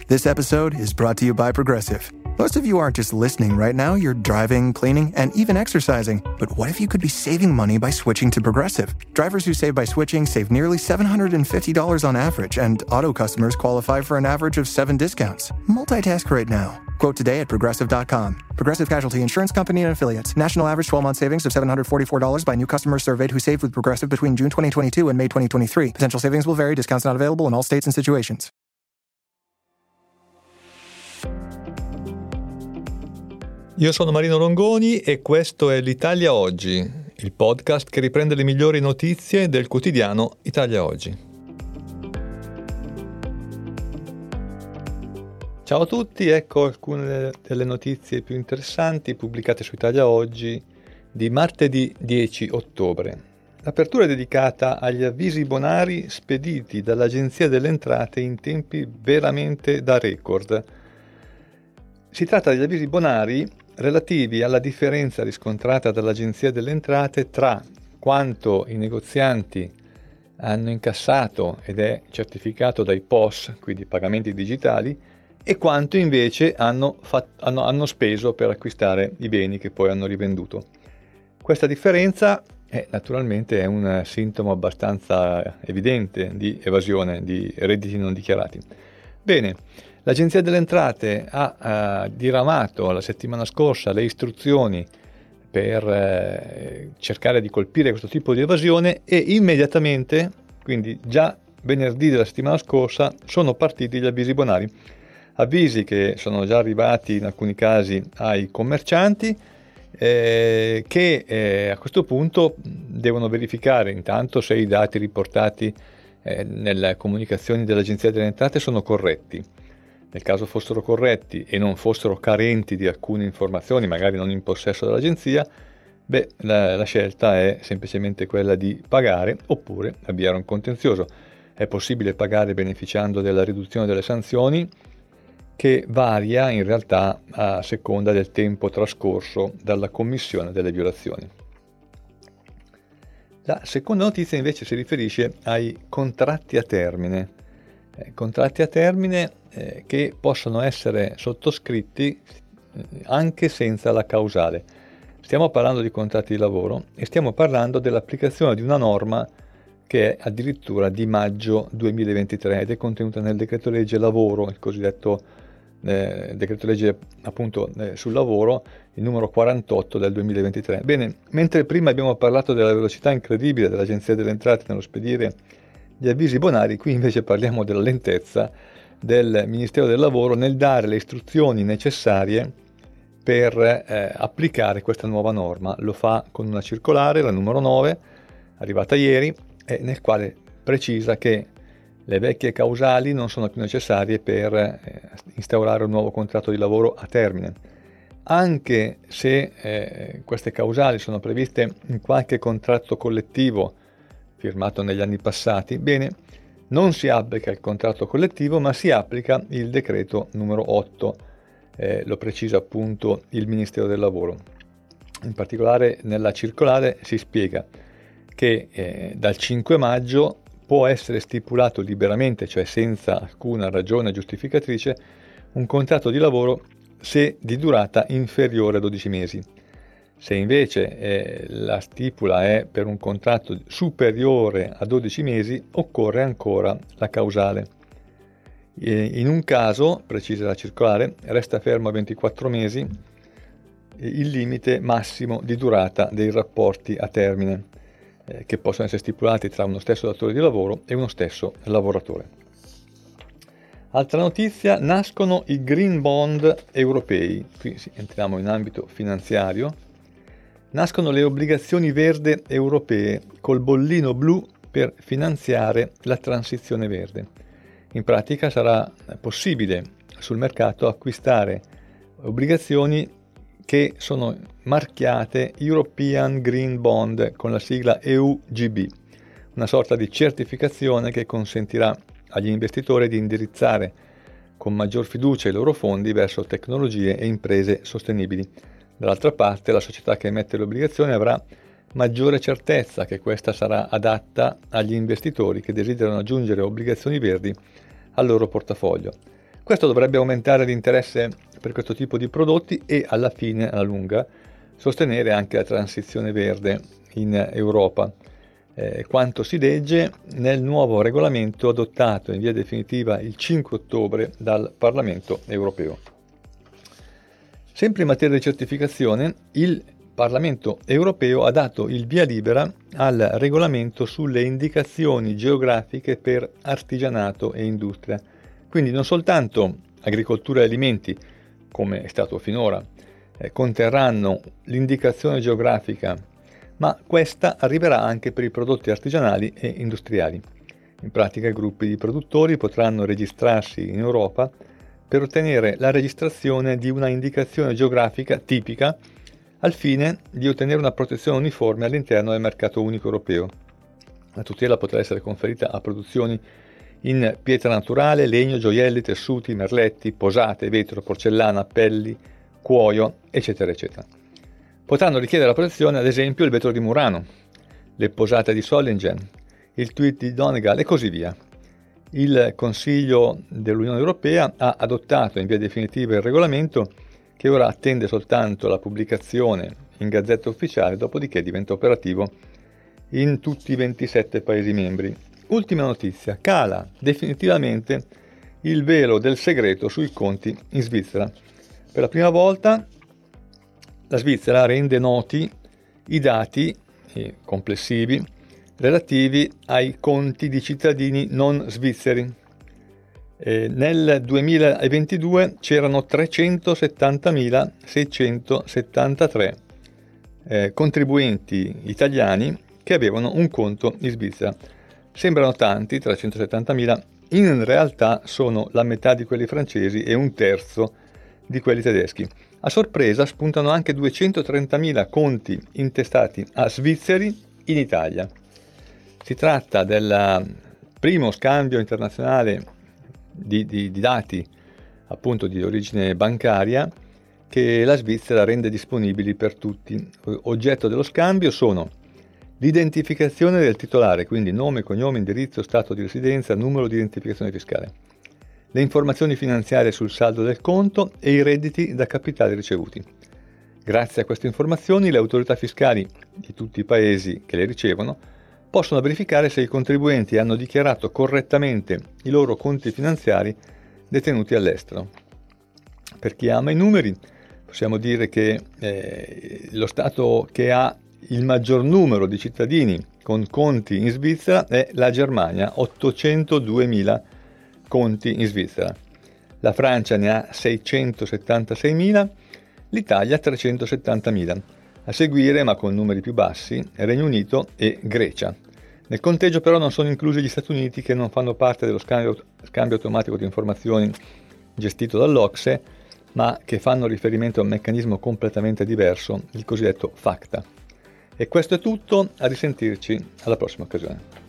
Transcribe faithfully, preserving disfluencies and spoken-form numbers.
This episode is brought to you by Progressive. Most of you aren't just listening right now, you're driving, cleaning, and even exercising. But what if you could be saving money by switching to Progressive? Drivers who save by switching save nearly seven hundred fifty dollars on average, and auto customers qualify for an average of seven discounts. Multitask right now. Quote today at Progressive dot com. Progressive Casualty Insurance Company and Affiliates. National average twelve-month savings of seven hundred forty-four dollars by new customers surveyed who saved with Progressive between June twenty twenty-two and May twenty twenty-three. Potential savings will vary. Discounts not available in all states and situations. Io sono Marino Longoni e questo è l'Italia Oggi, il podcast che riprende le migliori notizie del quotidiano Italia Oggi. Ciao a tutti, ecco alcune delle notizie più interessanti pubblicate su Italia Oggi di martedì dieci ottobre. L'apertura è dedicata agli avvisi bonari spediti dall'Agenzia delle Entrate in tempi veramente da record. Si tratta degli avvisi bonari relativi alla differenza riscontrata dall'Agenzia delle Entrate tra quanto i negozianti hanno incassato ed è certificato dai P O S, quindi pagamenti digitali, e quanto invece hanno, fatto, hanno, hanno speso per acquistare i beni che poi hanno rivenduto. Questa differenza è, naturalmente è un sintomo abbastanza evidente di evasione di redditi non dichiarati. Bene, l'Agenzia delle Entrate ha uh, diramato la settimana scorsa le istruzioni per uh, cercare di colpire questo tipo di evasione e immediatamente, quindi già venerdì della settimana scorsa, sono partiti gli avvisi bonari. Avvisi che sono già arrivati in alcuni casi ai commercianti eh, che eh, a questo punto devono verificare intanto se i dati riportati eh, nelle comunicazioni dell'Agenzia delle Entrate sono corretti. Nel caso fossero corretti e non fossero carenti di alcune informazioni, magari non in possesso dell'agenzia, beh, la, la scelta è semplicemente quella di pagare oppure avviare un contenzioso. È possibile pagare beneficiando della riduzione delle sanzioni, che varia in realtà a seconda del tempo trascorso dalla commissione delle violazioni. La seconda notizia invece si riferisce ai contratti a termine. Eh, contratti a termine eh, che possono essere sottoscritti eh, anche senza la causale. Stiamo parlando di contratti di lavoro e stiamo parlando dell'applicazione di una norma che è addirittura di maggio duemilaventitré ed è contenuta nel decreto legge lavoro, il cosiddetto eh, decreto legge appunto eh, sul lavoro, il numero quarantotto del duemilaventitré. Bene, mentre prima abbiamo parlato della velocità incredibile dell'Agenzia delle Entrate nello spedire gli avvisi bonari, qui invece parliamo della lentezza del Ministero del Lavoro nel dare le istruzioni necessarie per eh, applicare questa nuova norma. Lo fa con una circolare, la numero nove, arrivata ieri, e nel quale precisa che le vecchie causali non sono più necessarie per eh, instaurare un nuovo contratto di lavoro a termine. Anche se eh, queste causali sono previste in qualche contratto collettivo firmato negli anni passati, bene, non si applica il contratto collettivo, ma si applica il decreto numero otto, eh, lo precisa appunto il Ministero del Lavoro. In particolare nella circolare si spiega che eh, dal cinque maggio può essere stipulato liberamente, cioè senza alcuna ragione giustificatrice, un contratto di lavoro se di durata inferiore a dodici mesi. Se invece eh, la stipula è per un contratto superiore a dodici mesi, occorre ancora la causale. E in un caso, precisa la circolare, resta fermo a ventiquattro mesi il limite massimo di durata dei rapporti a termine, eh, che possono essere stipulati tra uno stesso datore di lavoro e uno stesso lavoratore. Altra notizia, nascono i green bond europei. Qui entriamo in ambito finanziario. Nascono le obbligazioni verde europee col bollino blu per finanziare la transizione verde. In pratica sarà possibile sul mercato acquistare obbligazioni che sono marchiate European Green Bond con la sigla E U G B, una sorta di certificazione che consentirà agli investitori di indirizzare con maggior fiducia i loro fondi verso tecnologie e imprese sostenibili. Dall'altra parte, la società che emette le obbligazioni avrà maggiore certezza che questa sarà adatta agli investitori che desiderano aggiungere obbligazioni verdi al loro portafoglio. Questo dovrebbe aumentare l'interesse per questo tipo di prodotti e alla fine, alla lunga, sostenere anche la transizione verde in Europa, eh, quanto si legge nel nuovo regolamento adottato in via definitiva il cinque ottobre dal Parlamento europeo. Sempre in materia di certificazione, il Parlamento europeo ha dato il via libera al regolamento sulle indicazioni geografiche per artigianato e industria. Quindi non soltanto agricoltura e alimenti, come è stato finora, eh, conterranno l'indicazione geografica, ma questa arriverà anche per i prodotti artigianali e industriali. In pratica i gruppi di produttori potranno registrarsi in Europa per ottenere la registrazione di una indicazione geografica tipica al fine di ottenere una protezione uniforme all'interno del mercato unico europeo. La tutela potrà essere conferita a produzioni in pietra naturale, legno, gioielli, tessuti, merletti, posate, vetro, porcellana, pelli, cuoio, eccetera, eccetera. Potranno richiedere la protezione, ad esempio, il vetro di Murano, le posate di Solingen, il tweed di Donegal e così via. Il Consiglio dell'Unione Europea ha adottato in via definitiva il regolamento che ora attende soltanto la pubblicazione in Gazzetta Ufficiale, dopodiché diventa operativo in tutti i ventisette Paesi membri. Ultima notizia, cala definitivamente il velo del segreto sui conti in Svizzera. Per la prima volta la Svizzera rende noti i dati eh, complessivi relativi ai conti di cittadini non svizzeri. Eh, nel duemilaventidue c'erano trecentosettantamilaseicentosettantatré eh, contribuenti italiani che avevano un conto in Svizzera. Sembrano tanti, trecentosettantamila, in realtà sono la metà di quelli francesi e un terzo di quelli tedeschi. A sorpresa spuntano anche duecentotrentamila conti intestati a svizzeri in Italia. Si tratta del primo scambio internazionale Di, di, di dati appunto di origine bancaria che la Svizzera rende disponibili per tutti. Oggetto dello scambio sono l'identificazione del titolare, quindi nome, cognome, indirizzo, stato di residenza, numero di identificazione fiscale, le informazioni finanziarie sul saldo del conto e i redditi da capitali ricevuti. Grazie a queste informazioni le autorità fiscali di tutti i paesi che le ricevono possono verificare se i contribuenti hanno dichiarato correttamente i loro conti finanziari detenuti all'estero. Per chi ama i numeri, possiamo dire che eh, lo Stato che ha il maggior numero di cittadini con conti in Svizzera è la Germania, ottocentoduemila conti in Svizzera. La Francia ne ha seicentosettantaseimila, l'Italia trecentosettantamila. A seguire, ma con numeri più bassi, Regno Unito e Grecia. Nel conteggio però non sono inclusi gli Stati Uniti, che non fanno parte dello scambio, scambio automatico di informazioni gestito dall'Ocse, ma che fanno riferimento a un meccanismo completamente diverso, il cosiddetto FATCA. E questo è tutto, a risentirci alla prossima occasione.